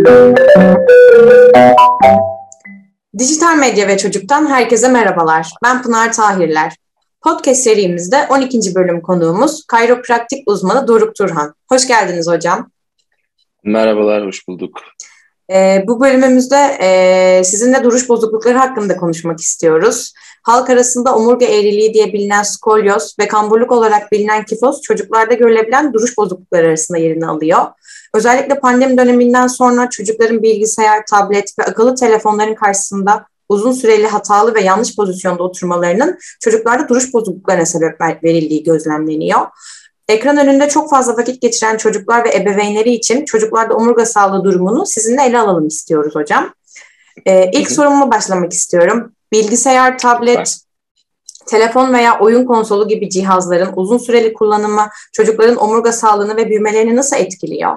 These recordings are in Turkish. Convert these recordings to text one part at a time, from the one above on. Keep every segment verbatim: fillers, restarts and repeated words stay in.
Dijital Medya ve Çocuk'tan herkese merhabalar. Ben Pınar Tahirler. Podcast serimizde on ikinci bölüm konuğumuz kayropraktik uzmanı Doruk Turhan. Hoş geldiniz hocam. Merhabalar, hoş bulduk. Ee, bu bölümümüzde e, sizinle duruş bozuklukları hakkında konuşmak istiyoruz. Halk arasında omurga eğriliği diye bilinen skolyoz ve kamburluk olarak bilinen kifoz çocuklarda görülebilen duruş bozuklukları arasında yerini alıyor. Özellikle pandemi döneminden sonra çocukların bilgisayar, tablet ve akıllı telefonların karşısında uzun süreli hatalı ve yanlış pozisyonda oturmalarının çocuklarda duruş bozukluklarına sebep verildiği gözlemleniyor. Ekran önünde çok fazla vakit geçiren çocuklar ve ebeveynleri için çocuklarda omurga sağlığı durumunu sizinle ele alalım istiyoruz hocam. Ee, ilk sorumla başlamak istiyorum. Bilgisayar, tablet, telefon veya oyun konsolu gibi cihazların uzun süreli kullanımı çocukların omurga sağlığını ve büyümelerini nasıl etkiliyor?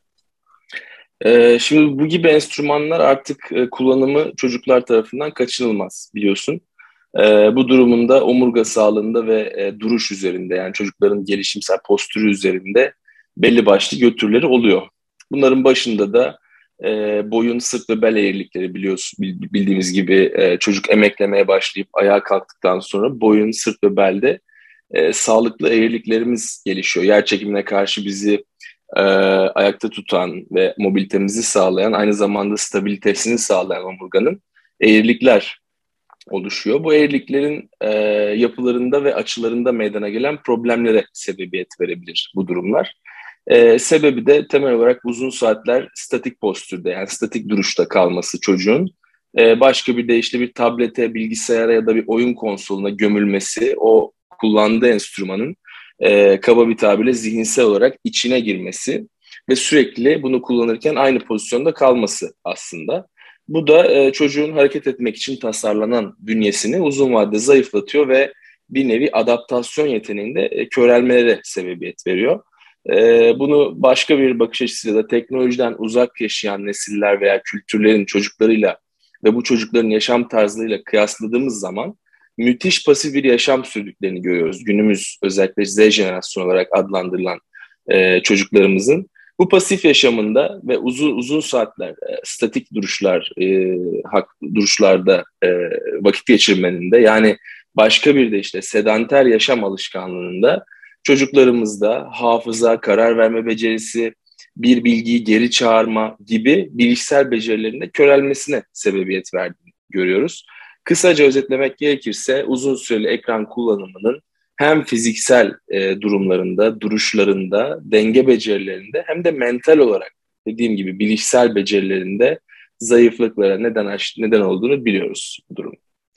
Ee, şimdi bu gibi enstrümanlar artık e, kullanımı çocuklar tarafından kaçınılmaz biliyorsun. Ee, bu durumunda omurga sağlığında ve e, duruş üzerinde, yani çocukların gelişimsel postürü üzerinde belli başlı götürüleri oluyor. Bunların başında da e, boyun, sırt ve bel eğrilikleri biliyorsun, bildiğimiz gibi e, çocuk emeklemeye başlayıp ayağa kalktıktan sonra boyun, sırt ve belde e, sağlıklı eğriliklerimiz gelişiyor. Yer çekimine karşı bizi e, ayakta tutan ve mobilitemizi sağlayan, aynı zamanda stabilitesini sağlayan omurganın eğrilikler oluşuyor. Bu eğriliklerin e, yapılarında ve açılarında meydana gelen problemlere sebebiyet verebilir bu durumlar. E, sebebi de temel olarak uzun saatler statik postürde, yani statik duruşta kalması çocuğun. E, başka bir deyişle bir tablete, bilgisayara ya da bir oyun konsoluna gömülmesi, o kullandığı enstrümanın e, kaba bir tabirle zihinsel olarak içine girmesi ve sürekli bunu kullanırken aynı pozisyonda kalması aslında. Bu da e, çocuğun hareket etmek için tasarlanan bünyesini uzun vadede zayıflatıyor ve bir nevi adaptasyon yeteneğinde e, körelmelere sebebiyet veriyor. E, bunu başka bir bakış açısıyla da teknolojiden uzak yaşayan nesiller veya kültürlerin çocuklarıyla ve bu çocukların yaşam tarzlarıyla kıyasladığımız zaman müthiş pasif bir yaşam sürdüklerini görüyoruz. Günümüz özellikle Z jenerasyonu olarak adlandırılan e, çocuklarımızın bu pasif yaşamında ve uzun uzun saatler e, statik duruşlar e, hak duruşlarda e, vakit geçirmenin de, yani başka bir de işte sedanter yaşam alışkanlığında çocuklarımızda hafıza, karar verme becerisi, bir bilgiyi geri çağırma gibi bilişsel becerilerinde körelmesine sebebiyet verdiğini görüyoruz. Kısaca özetlemek gerekirse uzun süreli ekran kullanımının hem fiziksel e, durumlarında, duruşlarında, denge becerilerinde hem de mental olarak dediğim gibi bilişsel becerilerinde zayıflıklara neden neden olduğunu biliyoruz bu durum.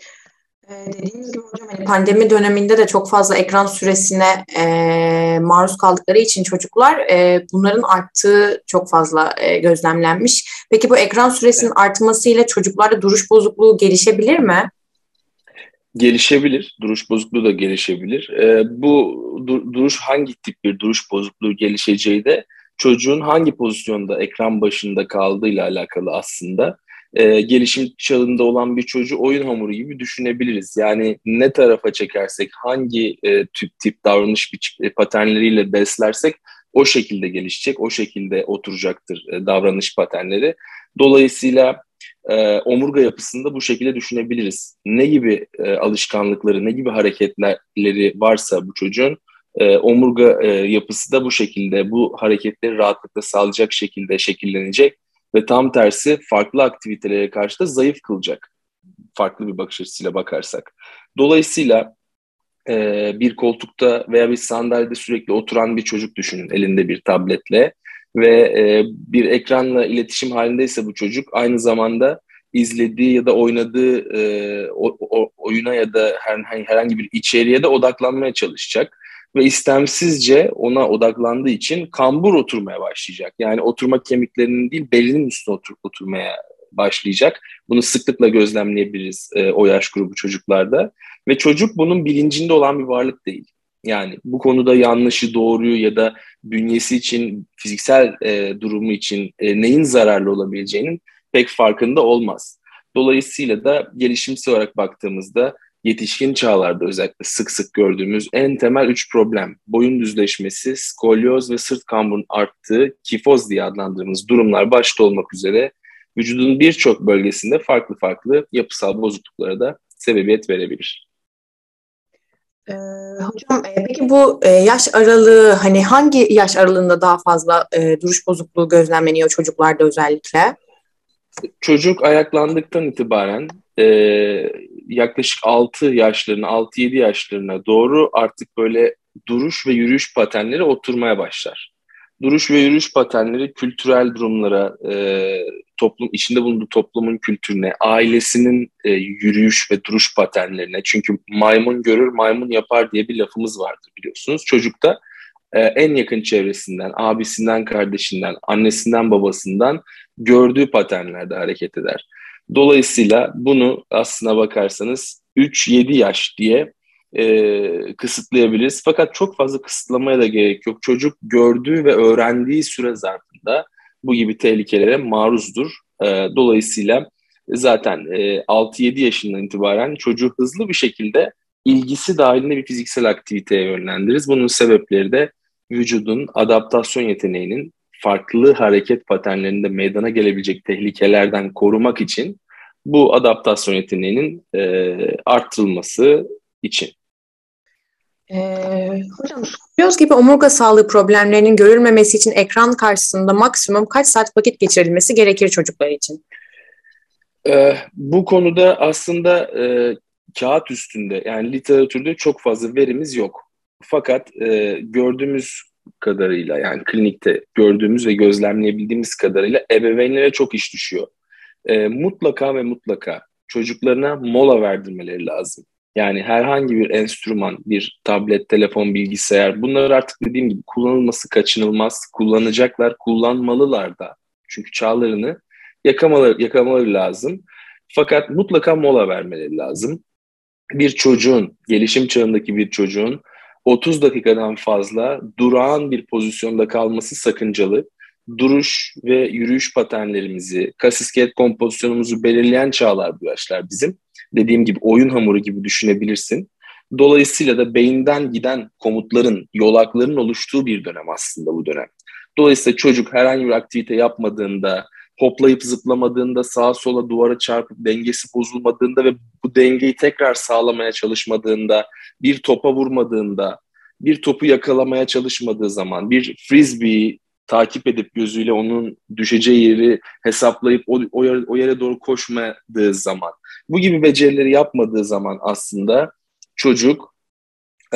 Ee, dediğiniz gibi hocam, hani pandemi döneminde de çok fazla ekran süresine e, maruz kaldıkları için çocuklar e, bunların arttığı çok fazla e, gözlemlenmiş. Peki bu ekran süresinin artmasıyla çocuklarda duruş bozukluğu gelişebilir mi? Gelişebilir, duruş bozukluğu da gelişebilir. Ee, bu dur- duruş hangi tip bir duruş bozukluğu gelişeceği de çocuğun hangi pozisyonda ekran başında kaldığıyla alakalı aslında. Ee, gelişim çağında olan bir çocuğu oyun hamuru gibi düşünebiliriz. Yani ne tarafa çekersek, hangi e, tip tip davranış biçim, e, paternleriyle beslersek o şekilde gelişecek, o şekilde oturacaktır e, davranış paternleri. Dolayısıyla e, omurga yapısında bu şekilde düşünebiliriz. Ne gibi e, alışkanlıkları, ne gibi hareketleri varsa bu çocuğun e, omurga e, yapısı da bu şekilde, bu hareketleri rahatlıkla sağlayacak şekilde şekillenecek ve tam tersi farklı aktivitelere karşı da zayıf kılacak. Farklı bir bakış açısıyla bakarsak. Dolayısıyla e, bir koltukta veya bir sandalyede sürekli oturan bir çocuk düşünün, elinde bir tabletle ve e, bir ekranla iletişim halindeyse bu çocuk aynı zamanda izlediği ya da oynadığı e, o, o, oyuna ya da her, herhangi bir içeriğe de odaklanmaya çalışacak ve istemsizce ona odaklandığı için kambur oturmaya başlayacak. Yani oturma kemiklerinin değil, belinin üstüne otur, oturmaya başlayacak. Bunu sıklıkla gözlemleyebiliriz e, o yaş grubu çocuklarda. Ve çocuk bunun bilincinde olan bir varlık değil. Yani bu konuda yanlışı, doğruyu ya da bünyesi için, fiziksel e, durumu için e, neyin zararlı olabileceğinin pek farkında olmaz. Dolayısıyla da gelişimsel olarak baktığımızda yetişkin çağlarda özellikle sık sık gördüğümüz en temel üç problem: boyun düzleşmesi, skolyoz ve sırt kamburun arttığı kifoz diye adlandırdığımız durumlar başta olmak üzere vücudun birçok bölgesinde farklı farklı yapısal bozukluklara da sebebiyet verebilir. Ee, hocam e, peki bu e, yaş aralığı hani hangi yaş aralığında daha fazla e, duruş bozukluğu gözlemleniyor çocuklarda özellikle? Çocuk ayaklandıktan itibaren e, yaklaşık altı yaşlarına, altı yedi yaşlarına doğru artık böyle duruş ve yürüyüş patenleri oturmaya başlar. Duruş ve yürüyüş patenleri kültürel durumlara, e, toplum içinde bulunduğu toplumun kültürüne, ailesinin e, yürüyüş ve duruş patenlerine. Çünkü maymun görür, maymun yapar diye bir lafımız vardır biliyorsunuz. Çocukta e, en yakın çevresinden, abisinden, kardeşinden, annesinden, babasından gördüğü paternlerde hareket eder. Dolayısıyla bunu aslına bakarsanız üç yedi yaş diye e, kısıtlayabiliriz. Fakat çok fazla kısıtlamaya da gerek yok. Çocuk gördüğü ve öğrendiği süre zarfında bu gibi tehlikelere maruzdur. E, dolayısıyla zaten e, altı yedi yaşından itibaren çocuğu hızlı bir şekilde ilgisi dahilinde bir fiziksel aktiviteye yönlendiririz. Bunun sebepleri de vücudun adaptasyon yeteneğinin farklı hareket paternlerinde meydana gelebilecek tehlikelerden korumak için bu adaptasyon yeteneğinin e, arttırılması için. Ee, hocam skolyoz gibi omurga sağlığı problemlerinin görülmemesi için ekran karşısında maksimum kaç saat vakit geçirilmesi gerekir çocuklar için? Ee, bu konuda aslında e, kağıt üstünde yani literatürde çok fazla verimiz yok. Fakat e, gördüğümüz kadarıyla yani klinikte gördüğümüz ve gözlemleyebildiğimiz kadarıyla ebeveynlere çok iş düşüyor. E, mutlaka ve mutlaka çocuklarına mola verdirmeleri lazım. Yani herhangi bir enstrüman, bir tablet, telefon, bilgisayar bunlar artık dediğim gibi kullanılması kaçınılmaz. Kullanacaklar, kullanmalılar da. Çünkü çağlarını yakamaları, yakamaları lazım. Fakat mutlaka mola vermeleri lazım. Bir çocuğun, gelişim çağındaki bir çocuğun otuz dakikadan fazla durağan bir pozisyonda kalması sakıncalı. Duruş ve yürüyüş paternlerimizi, kas iskelet kompozisyonumuzu belirleyen çağlar bu yaşlar bizim. Dediğim gibi oyun hamuru gibi düşünebilirsin. Dolayısıyla da beyinden giden komutların, yolakların oluştuğu bir dönem aslında bu dönem. Dolayısıyla çocuk herhangi bir aktivite yapmadığında, hoplayıp zıplamadığında, sağa sola duvara çarpıp dengesi bozulmadığında ve bu dengeyi tekrar sağlamaya çalışmadığında, bir topa vurmadığında, bir topu yakalamaya çalışmadığı zaman, bir frisbee takip edip gözüyle onun düşeceği yeri hesaplayıp o, o, yere, o yere doğru koşmadığı zaman, bu gibi becerileri yapmadığı zaman aslında çocuk e,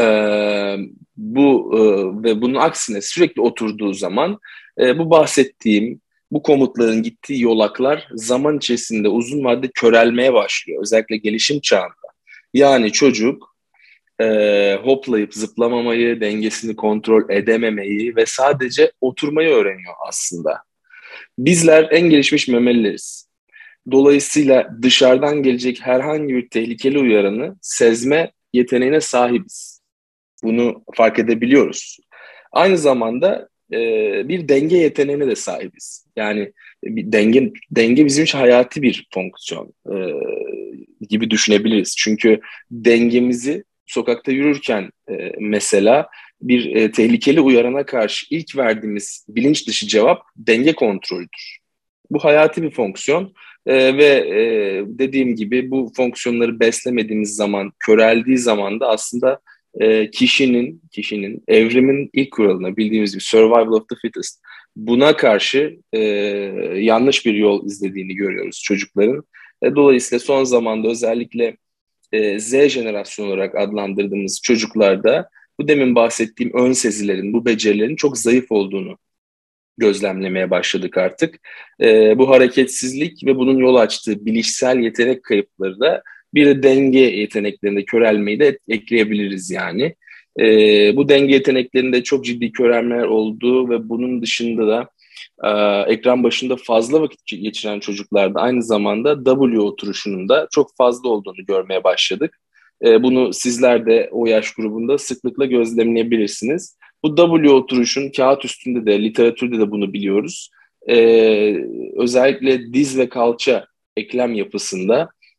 bu e, ve bunun aksine sürekli oturduğu zaman e, bu bahsettiğim bu komutların gittiği yolaklar zaman içerisinde uzun vadede körelmeye başlıyor. Özellikle gelişim çağında. Yani çocuk e, hoplayıp zıplamamayı, dengesini kontrol edememeyi ve sadece oturmayı öğreniyor aslında. Bizler en gelişmiş memelileriz. Dolayısıyla dışarıdan gelecek herhangi bir tehlikeli uyaranı sezme yeteneğine sahibiz. Bunu fark edebiliyoruz. Aynı zamanda e, bir denge yeteneğine de sahibiz. Yani bir denge denge bizim için hayati bir fonksiyon e, gibi düşünebiliriz. Çünkü dengemizi sokakta yürürken e, mesela bir e, tehlikeli uyarana karşı ilk verdiğimiz bilinç dışı cevap denge kontrolüdür. Bu hayati bir fonksiyon e, ve e, dediğim gibi bu fonksiyonları beslemediğimiz zaman, köreldiği zaman da aslında e, kişinin kişinin evrimin ilk kuralına bildiğimiz gibi survival of the fittest buna karşı e, yanlış bir yol izlediğini görüyoruz çocukların. E, dolayısıyla son zamanda özellikle e, Z jenerasyonu olarak adlandırdığımız çocuklarda bu demin bahsettiğim ön sezilerin, bu becerilerin çok zayıf olduğunu gözlemlemeye başladık artık. E, bu hareketsizlik ve bunun yol açtığı bilişsel yetenek kayıpları da bir de denge yeteneklerinde körelmeyi de ekleyebiliriz yani. E, bu denge yeteneklerinde çok ciddi körelmeler olduğu ve bunun dışında da e, ekran başında fazla vakit geçiren çocuklarda aynı zamanda W oturuşunun da çok fazla olduğunu görmeye başladık. E, bunu sizler de o yaş grubunda sıklıkla gözlemleyebilirsiniz. Bu W oturuşun kağıt üstünde de literatürde de bunu biliyoruz. Ee, özellikle diz ve kalça eklem yapısında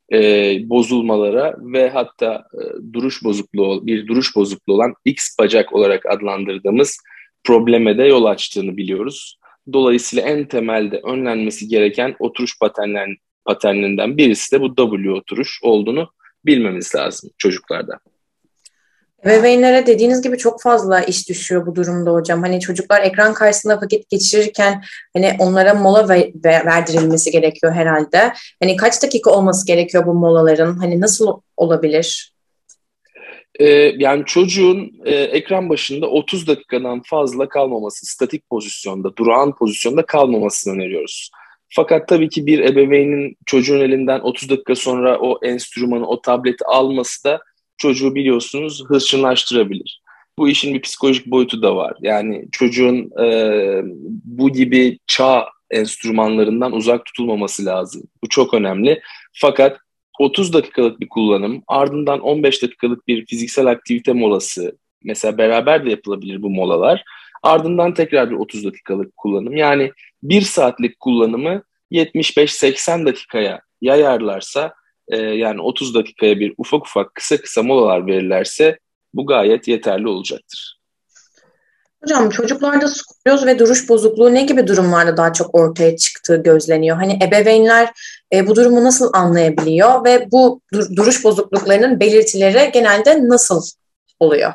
e, bozulmalara ve hatta e, duruş bozukluğu, bir duruş bozukluğu olan X bacak olarak adlandırdığımız probleme de yol açtığını biliyoruz. Dolayısıyla en temelde önlenmesi gereken oturuş paternler, paternlerinden birisi de bu W oturuş olduğunu bilmemiz lazım çocuklarda. Ebeveynlere dediğiniz gibi çok fazla iş düşüyor bu durumda hocam. Hani çocuklar ekran karşısında vakit geçirirken hani onlara mola ver, verdirilmesi gerekiyor herhalde. Hani kaç dakika olması gerekiyor bu molaların? Hani nasıl olabilir? Ee, yani çocuğun e, ekran başında otuz dakikadan fazla kalmaması, statik pozisyonda, durağan pozisyonda kalmamasını öneriyoruz. Fakat tabii ki bir ebeveynin çocuğun elinden otuz dakika sonra o enstrümanı, o tableti alması da çocuğu biliyorsunuz hırçınlaştırabilir. Bu işin bir psikolojik boyutu da var. Yani çocuğun e, bu gibi çağ enstrümanlarından uzak tutulmaması lazım. Bu çok önemli. Fakat otuz dakikalık bir kullanım, ardından on beş dakikalık bir fiziksel aktivite molası, mesela beraber de yapılabilir bu molalar. Ardından tekrar bir otuz dakikalık kullanım. Yani bir saatlik kullanımı yetmiş beş seksen dakikaya yayarlarsa, e, yani otuz dakikaya bir ufak ufak kısa kısa molalar verirlerse bu gayet yeterli olacaktır. Hocam çocuklarda skolyoz ve duruş bozukluğu ne gibi durumlarda daha çok ortaya çıktığı gözleniyor? Hani ebeveynler e, bu durumu nasıl anlayabiliyor ve bu dur- duruş bozukluklarının belirtileri genelde nasıl oluyor?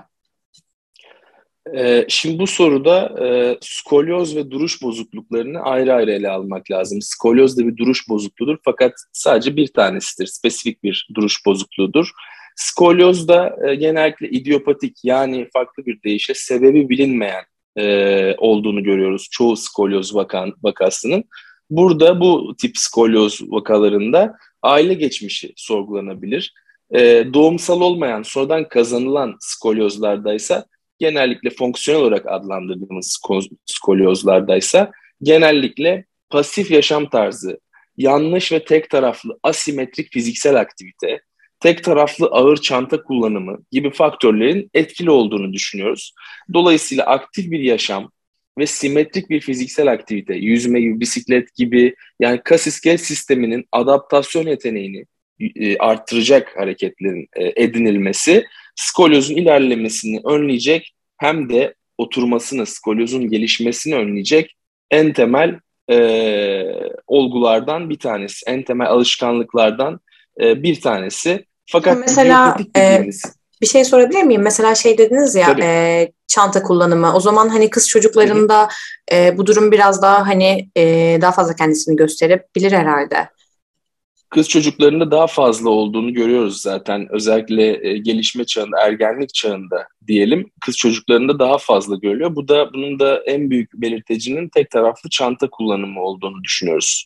Ee, şimdi bu soruda e, skolyoz ve duruş bozukluklarını ayrı ayrı ele almak lazım. Skolyoz da bir duruş bozukluğudur fakat sadece bir tanesidir. Spesifik bir duruş bozukluğudur. Skolyoz da e, genellikle idiopatik, yani farklı bir deyişle sebebi bilinmeyen e, olduğunu görüyoruz çoğu skolyoz vakan, vakasının. Burada bu tip skolyoz vakalarında aile geçmişi sorgulanabilir. E, doğumsal olmayan, sonradan kazanılan skolyozlardaysa, genellikle fonksiyonel olarak adlandırdığımız skolyozlardaysa genellikle pasif yaşam tarzı, yanlış ve tek taraflı asimetrik fiziksel aktivite, tek taraflı ağır çanta kullanımı gibi faktörlerin etkili olduğunu düşünüyoruz. Dolayısıyla aktif bir yaşam ve simetrik bir fiziksel aktivite, yüzme gibi, bisiklet gibi, yani kas iskelet sisteminin adaptasyon yeteneğini e, arttıracak hareketlerin e, edinilmesi skolyozun ilerlemesini önleyecek, hem de oturmasını, skolyozun gelişmesini önleyecek en temel e, olgulardan bir tanesi, en temel alışkanlıklardan e, bir tanesi. Hocam Fakat mesela idiopatik e, dediğimiz, bir şey sorabilir miyim? Mesela şey dediniz ya tabii. e, çanta kullanımı. O zaman hani kız Hı hı. çocuklarında e, bu durum biraz daha hani e, daha fazla kendisini gösterebilir herhalde. Kız çocuklarında daha fazla olduğunu görüyoruz zaten. Özellikle e, gelişme çağında, ergenlik çağında diyelim, kız çocuklarında daha fazla görülüyor. Bu da, bunun da en büyük belirtecinin tek taraflı çanta kullanımı olduğunu düşünüyoruz.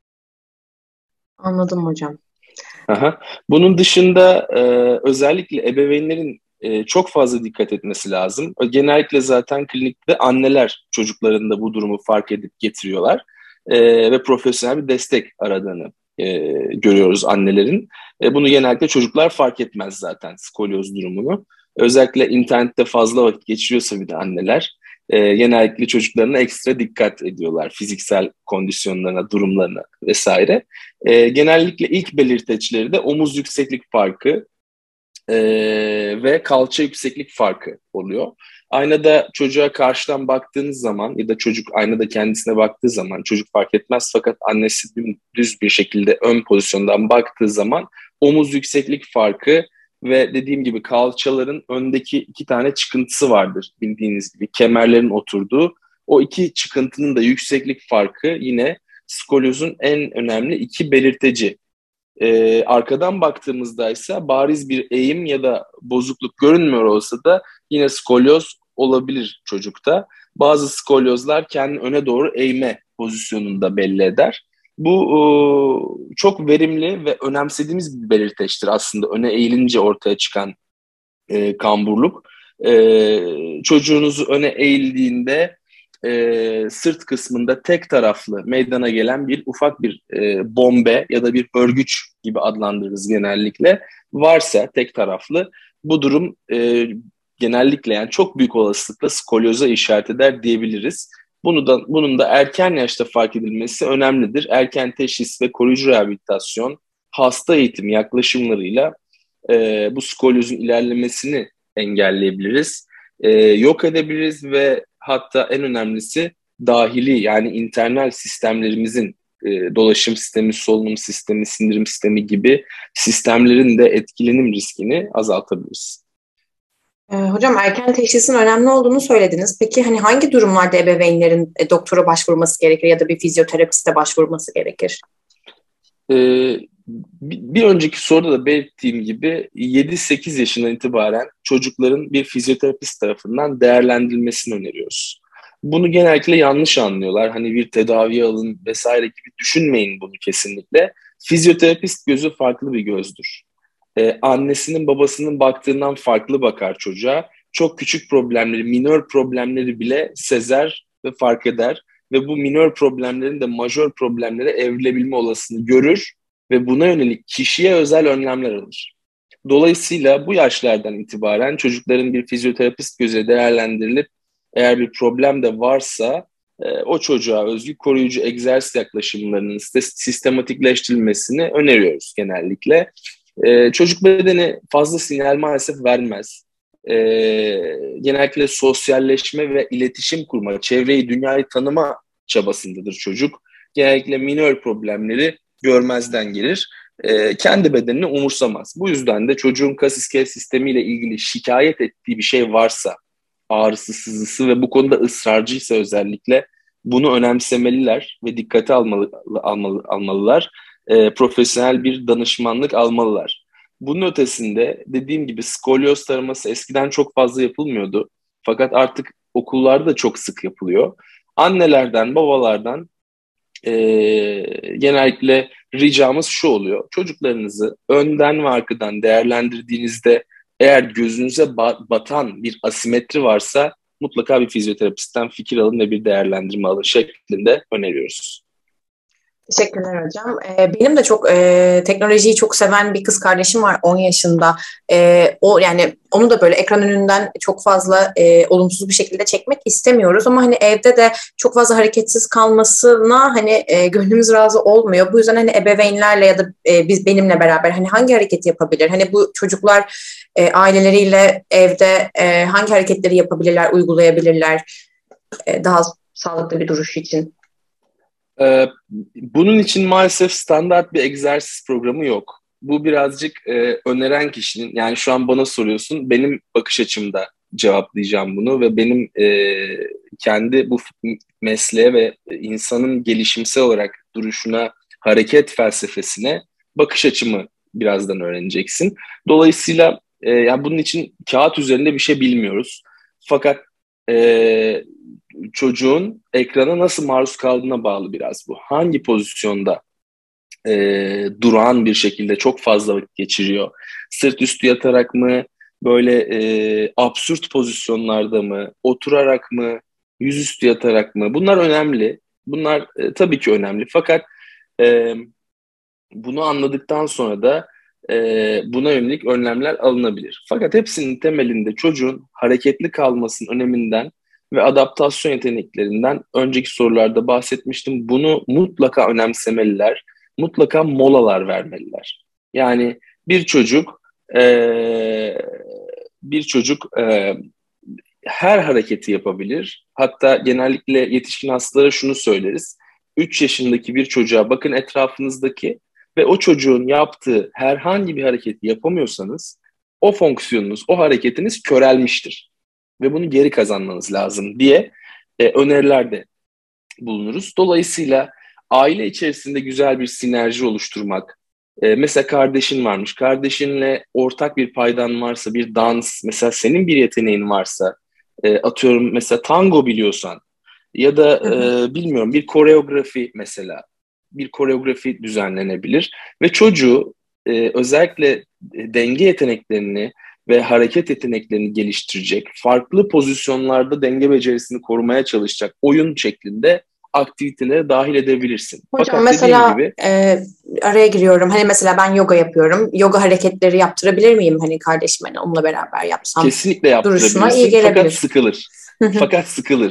Anladım hocam. Aha. Bunun dışında e, özellikle ebeveynlerin e, çok fazla dikkat etmesi lazım. Genellikle zaten klinikte anneler çocuklarında bu durumu fark edip getiriyorlar e, ve profesyonel bir destek aradığını e, görüyoruz annelerin. E, bunu genellikle çocuklar fark etmez zaten, skolyoz durumunu. Özellikle internette fazla vakit geçiriyorsa bir de anneler, e, genellikle çocuklarına ekstra dikkat ediyorlar, fiziksel kondisyonlarına, durumlarına vesaire. E, genellikle ilk belirteçleri de omuz yükseklik farkı e, ve kalça yükseklik farkı oluyor. Aynada çocuğa karşıdan baktığınız zaman ya da çocuk aynada kendisine baktığı zaman, çocuk fark etmez fakat annesi düz bir şekilde ön pozisyondan baktığı zaman omuz yükseklik farkı ve dediğim gibi kalçaların öndeki iki tane çıkıntısı vardır, bildiğiniz gibi kemerlerin oturduğu. O iki çıkıntının da yükseklik farkı yine skolyozun en önemli iki belirteci. Ee, arkadan baktığımızda ise bariz bir eğim ya da bozukluk görünmüyor olsa da yine skolyoz olabilir çocukta. Bazı skolyozlar kendini öne doğru eğme pozisyonunda belli eder. Bu e, çok verimli ve önemsediğimiz bir belirteçtir aslında, öne eğilince ortaya çıkan e, kamburluk. E, çocuğunuz öne eğildiğinde e, sırt kısmında tek taraflı meydana gelen bir ufak bir e, bombe ya da bir örgüç gibi adlandırırız genellikle. Varsa tek taraflı, bu durum e, genellikle, yani çok büyük olasılıkla skolyoza işaret eder diyebiliriz. Bunu da, bunun da erken yaşta fark edilmesi önemlidir. Erken teşhis ve koruyucu rehabilitasyon, hasta eğitim yaklaşımlarıyla e, bu skolyozun ilerlemesini engelleyebiliriz, e, yok edebiliriz ve hatta en önemlisi dahili yani internal sistemlerimizin e, dolaşım sistemi, solunum sistemi, sindirim sistemi gibi sistemlerin de etkilenim riskini azaltabiliriz. Ee, hocam erken teşhisin önemli olduğunu söylediniz. Peki hani hangi durumlarda ebeveynlerin e, doktora başvurması gerekir ya da bir fizyoterapiste başvurması gerekir? Ee, bir önceki soruda da belirttiğim gibi yedi sekiz yaşından itibaren çocukların bir fizyoterapist tarafından değerlendirilmesini öneriyoruz. Bunu genellikle yanlış anlıyorlar. Hani bir tedavi alın vesaire gibi düşünmeyin bunu kesinlikle. Fizyoterapist gözü farklı bir gözdür. Ee, annesinin babasının baktığından farklı bakar çocuğa. Çok küçük problemleri, minör problemleri bile sezer ve fark eder. Ve bu minör problemlerin de majör problemlere evrilebilme olasılığını görür ve buna yönelik kişiye özel önlemler alır. Dolayısıyla bu yaşlardan itibaren çocukların bir fizyoterapist gözüyle değerlendirilip eğer bir problem de varsa e, o çocuğa özgü koruyucu egzersiz yaklaşımlarının sistematikleştirilmesini öneriyoruz genellikle. E, çocuk bedeni fazla sinyal maalesef vermez. E, genellikle sosyalleşme ve iletişim kurma, çevreyi, dünyayı tanıma çabasındadır çocuk. Genellikle minör problemleri görmezden gelir. E, kendi bedenini umursamaz. Bu yüzden de çocuğun kas iskelet sistemiyle ilgili şikayet ettiği bir şey varsa, ağrısı, sızısı ve bu konuda ısrarcıysa özellikle bunu önemsemeliler ve dikkate almalı, almalı, almalılar. E, profesyonel bir danışmanlık almalılar. Bunun ötesinde dediğim gibi skolyoz taraması eskiden çok fazla yapılmıyordu. Fakat artık okullarda çok sık yapılıyor. Annelerden, babalardan e, genellikle ricamız şu oluyor. Çocuklarınızı önden ve arkadan değerlendirdiğinizde eğer gözünüze ba- batan bir asimetri varsa mutlaka bir fizyoterapistten fikir alın ve bir değerlendirme alın şeklinde öneriyoruz. Teşekkürler hocam. Ee, benim de çok e, teknolojiyi çok seven bir kız kardeşim var on yaşında. E, o yani onu da böyle ekran önünden çok fazla e, olumsuz bir şekilde çekmek istemiyoruz ama hani evde de çok fazla hareketsiz kalmasına hani e, gönlümüz razı olmuyor. Bu yüzden hani ebeveynlerle ya da e, biz benimle beraber hani hangi hareketi yapabilir? Hani bu çocuklar e, aileleriyle evde e, hangi hareketleri yapabilirler, uygulayabilirler e, daha sağlıklı bir duruş için? Ee, bunun için maalesef standart bir egzersiz programı yok. Bu birazcık e, öneren kişinin, yani şu an bana soruyorsun, benim bakış açımda cevaplayacağım bunu ve benim e, kendi bu mesleğe ve insanın gelişimsel olarak duruşuna, hareket felsefesine bakış açımı birazdan öğreneceksin. Dolayısıyla e, yani bunun için kağıt üzerinde bir şey bilmiyoruz. Fakat e, çocuğun ekrana nasıl maruz kaldığına bağlı biraz bu. Hangi pozisyonda e, durağan bir şekilde çok fazla vakit geçiriyor? Sırt üstü yatarak mı? Böyle e, absürt pozisyonlarda mı? Oturarak mı? Yüzüstü yatarak mı? Bunlar önemli. Bunlar e, tabii ki önemli. Fakat e, bunu anladıktan sonra da e, buna yönelik önlemler alınabilir. Fakat hepsinin temelinde çocuğun hareketli kalmasının öneminden ve adaptasyon yeteneklerinden önceki sorularda bahsetmiştim. Bunu mutlaka önemsemeliler, mutlaka molalar vermeliler. Yani bir çocuk e, bir çocuk e, her hareketi yapabilir. Hatta genellikle yetişkin hastalara şunu söyleriz. üç yaşındaki bir çocuğa bakın etrafınızdaki ve o çocuğun yaptığı herhangi bir hareketi yapamıyorsanız o fonksiyonunuz, o hareketiniz körelmiştir. Ve bunu geri kazanmanız lazım diye e, önerilerde bulunuruz. Dolayısıyla aile içerisinde güzel bir sinerji oluşturmak, e, mesela kardeşin varmış, kardeşinle ortak bir paydan varsa bir dans, mesela senin bir yeteneğin varsa, e, atıyorum mesela tango biliyorsan ya da e, bilmiyorum bir koreografi mesela, bir koreografi düzenlenebilir ve çocuğu e, özellikle denge yeteneklerini ve hareket yeteneklerini geliştirecek, farklı pozisyonlarda denge becerisini korumaya çalışacak oyun şeklinde aktivitelere dahil edebilirsin. Hocam Fakat mesela dediğim gibi e, araya giriyorum. Hani mesela ben yoga yapıyorum. Yoga hareketleri yaptırabilir miyim hani kardeşime hani onunla beraber yapsam? kesinlikle Duruşuna iyi yaptırabilirsin fakat gelebilir. sıkılır. Fakat sıkılır.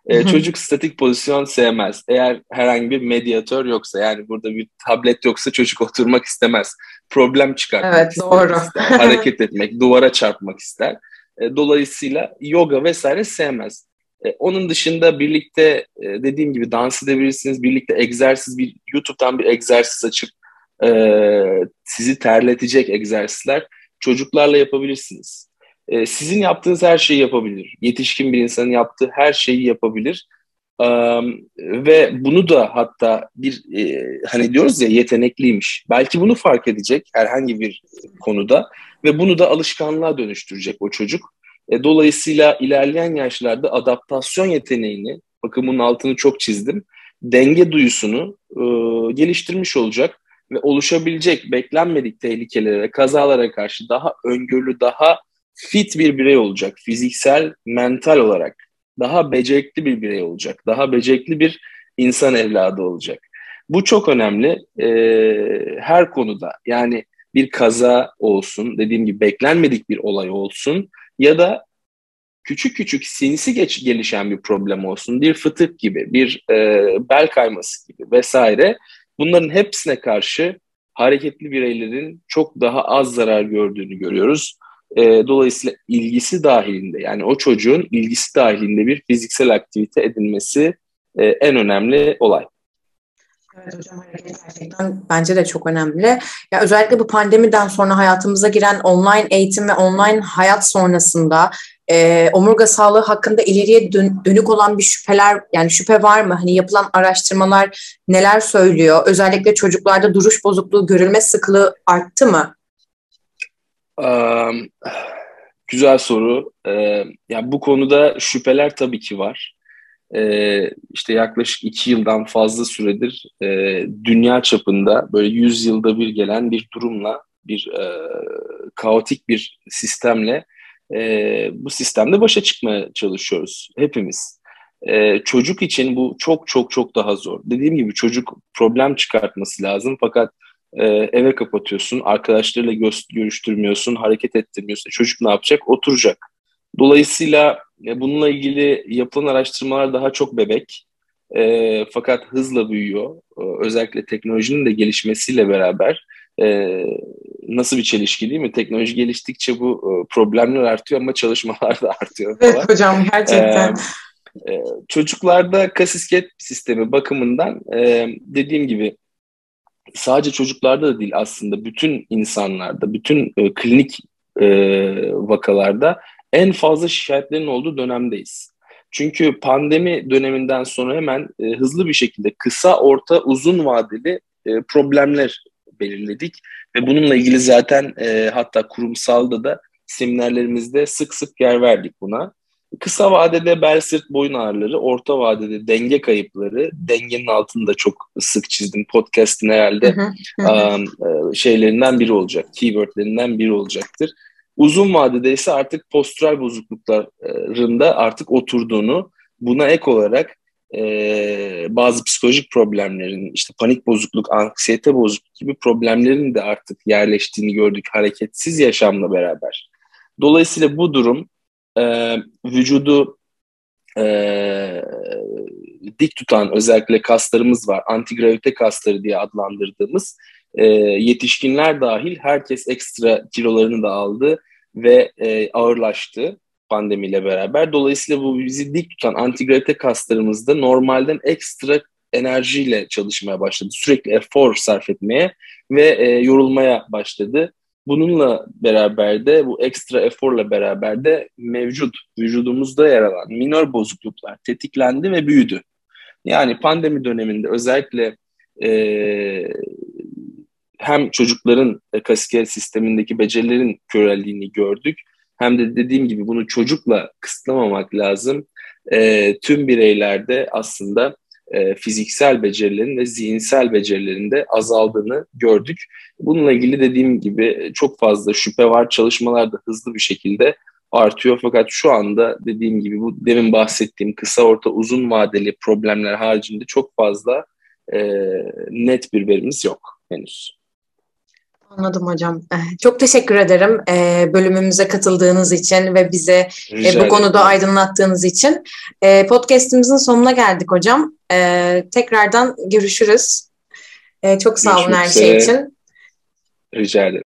E, çocuk statik pozisyon sevmez. Eğer herhangi bir medyatör yoksa, yani burada bir tablet yoksa çocuk oturmak istemez. Problem çıkartmak Evet, ister, doğru. ister. Hareket etmek, duvara çarpmak ister. E, dolayısıyla yoga vesaire sevmez. E, onun dışında birlikte e, dediğim gibi dans edebilirsiniz. Birlikte egzersiz, bir YouTube'dan bir egzersiz açıp e, sizi terletecek egzersizler çocuklarla yapabilirsiniz. E, sizin yaptığınız her şeyi yapabilir. Yetişkin bir insanın yaptığı her şeyi yapabilir. Um, ve bunu da hatta bir e, hani diyoruz ya, yetenekliymiş. Belki bunu fark edecek herhangi bir konuda ve bunu da alışkanlığa dönüştürecek o çocuk. E, dolayısıyla ilerleyen yaşlarda adaptasyon yeteneğini, bakın bunun altını çok çizdim, denge duyusunu e, geliştirmiş olacak ve oluşabilecek beklenmedik tehlikelere ve kazalara karşı daha öngörülü, daha fit bir birey olacak. Fiziksel, mental olarak daha becerikli bir birey olacak. Daha becerikli bir insan evladı olacak. Bu çok önemli. Ee, her konuda, yani bir kaza olsun, dediğim gibi beklenmedik bir olay olsun ya da küçük küçük sinsi geç, gelişen bir problem olsun, bir fıtık gibi, bir e, bel kayması gibi vesaire, bunların hepsine karşı hareketli bireylerin çok daha az zarar gördüğünü görüyoruz. E, dolayısıyla ilgisi dahilinde, yani o çocuğun ilgisi dahilinde bir fiziksel aktivite edinmesi e, en önemli olay. Evet hocam, hareket gerçekten bence de çok önemli. Ya özellikle bu pandemiden sonra hayatımıza giren online eğitim ve online hayat sonrasında e, omurga sağlığı hakkında ileriye dön- dönük olan bir şüpheler, yani şüphe var mı? Hani yapılan araştırmalar neler söylüyor? Özellikle çocuklarda duruş bozukluğu görülme sıklığı arttı mı? Um, güzel soru. Ee, yani bu konuda şüpheler tabii ki var. Ee, işte yaklaşık iki yıldan fazla süredir e, dünya çapında böyle yüz yılda bir gelen bir durumla, bir e, kaotik bir sistemle e, bu sistemde başa çıkmaya çalışıyoruz hepimiz. E, çocuk için bu çok çok çok daha zor. Dediğim gibi çocuk problem çıkartması lazım, fakat e, eve kapatıyorsun, arkadaşlarıyla gö- görüştürmüyorsun, hareket ettirmiyorsun. Çocuk ne yapacak? Oturacak. Dolayısıyla e, bununla ilgili yapılan araştırmalar daha çok bebek. E, fakat hızla büyüyor. E, özellikle teknolojinin de gelişmesiyle beraber e, nasıl bir çelişki değil mi? Teknoloji geliştikçe bu e, problemler artıyor ama çalışmalar da artıyor falan. Evet hocam, E, gerçekten. e, çocuklarda kas iskelet sistemi bakımından e, dediğim gibi sadece çocuklarda da değil, aslında bütün insanlarda, bütün e, klinik e, vakalarda en fazla şikayetlerin olduğu dönemdeyiz. Çünkü pandemi döneminden sonra hemen e, hızlı bir şekilde kısa, orta, uzun vadeli e, problemler belirledik ve bununla ilgili zaten e, hatta kurumsalda da seminerlerimizde sık sık yer verdik buna. Kısa vadede bel sırt boyun ağrıları, orta vadede denge kayıpları, dengenin altını da çok sık çizdim. Podcast'in Hı herhalde hı, hı hı. um, şeylerinden biri olacak, keywordlerinden biri olacaktır. Uzun vadede ise artık postural bozuklukların da artık oturduğunu, buna ek olarak e, bazı psikolojik problemlerin, işte panik bozukluk, anksiyete bozukluk gibi problemlerin de artık yerleştiğini gördük hareketsiz yaşamla beraber. Dolayısıyla bu durum e, vücudu e, dik tutan özellikle kaslarımız var. Antigravite kasları diye adlandırdığımız e, yetişkinler dahil herkes ekstra kilolarını da aldı ve e, ağırlaştı pandemiyle beraber. Dolayısıyla bu bizi dik tutan antigravite kaslarımız da normalden ekstra enerjiyle çalışmaya başladı. Sürekli efor sarf etmeye ve e, yorulmaya başladı. Bununla beraber de, bu ekstra eforla beraber de mevcut vücudumuzda yer alan minor bozukluklar tetiklendi ve büyüdü. Yani pandemi döneminde özellikle e, hem çocukların kas iskelet sistemindeki becerilerin köreldiğini gördük. Hem de dediğim gibi bunu çocukla kısıtlamamak lazım. E, tüm bireylerde aslında e, fiziksel becerilerin ve zihinsel becerilerin de azaldığını gördük. Bununla ilgili dediğim gibi çok fazla şüphe var. Çalışmalar da hızlı bir şekilde artıyor. Fakat şu anda dediğim gibi bu demin bahsettiğim kısa, orta, uzun vadeli problemler haricinde çok fazla e, net bir verimiz yok henüz. Anladım hocam. Eh, Çok teşekkür ederim eh, bölümümüze katıldığınız için ve bize eh, Rica bu ederim. konuda aydınlattığınız için. Eh, Podcast'imizin sonuna geldik hocam. Eh, Tekrardan görüşürüz. Eh, Çok sağ olun Görüşmek her şey üzere. için. Rica ederim.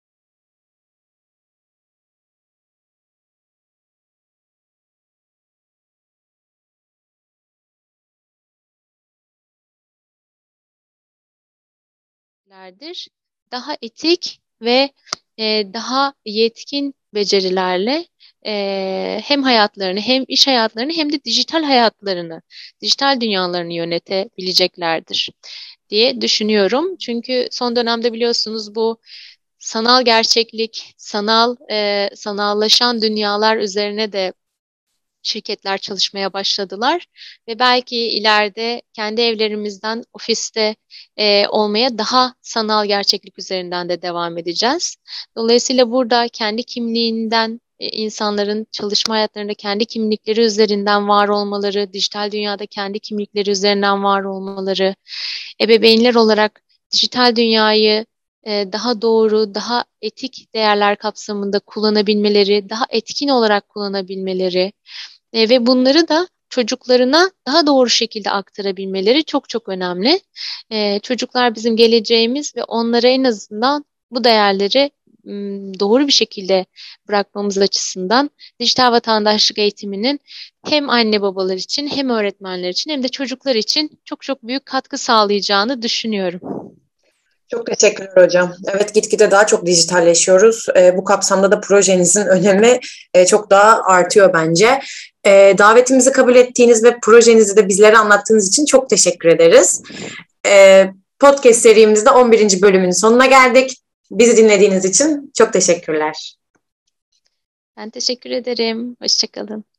lerdir. Daha etik ve e, daha yetkin becerilerle e, hem hayatlarını hem iş hayatlarını hem de dijital hayatlarını, dijital dünyalarını yönetebileceklerdir diye düşünüyorum. Çünkü son dönemde biliyorsunuz bu sanal gerçeklik, sanal e, sanallaşan dünyalar üzerine de şirketler çalışmaya başladılar ve belki ileride kendi evlerimizden ofiste e, olmaya daha sanal gerçeklik üzerinden de devam edeceğiz. Dolayısıyla burada kendi kimliğinden e, insanların çalışma hayatlarında kendi kimlikleri üzerinden var olmaları, dijital dünyada kendi kimlikleri üzerinden var olmaları, ebeveynler olarak dijital dünyayı e, daha doğru, daha etik değerler kapsamında kullanabilmeleri, daha etkin olarak kullanabilmeleri, e, ve bunları da çocuklarına daha doğru şekilde aktarabilmeleri çok çok önemli. E, çocuklar bizim geleceğimiz ve onlara en azından bu değerleri m, doğru bir şekilde bırakmamız açısından dijital vatandaşlık eğitiminin hem anne babalar için hem öğretmenler için hem de çocuklar için çok çok büyük katkı sağlayacağını düşünüyorum. Çok teşekkürler hocam. Evet, gitgide daha çok dijitalleşiyoruz. E, bu kapsamda da projenizin önemi e, çok daha artıyor bence. E, davetimizi kabul ettiğiniz ve projenizi de bizlere anlattığınız için çok teşekkür ederiz. E, Podcast serimizde on birinci bölümün sonuna geldik. Bizi dinlediğiniz için çok teşekkürler. Ben teşekkür ederim. Hoşça kalın.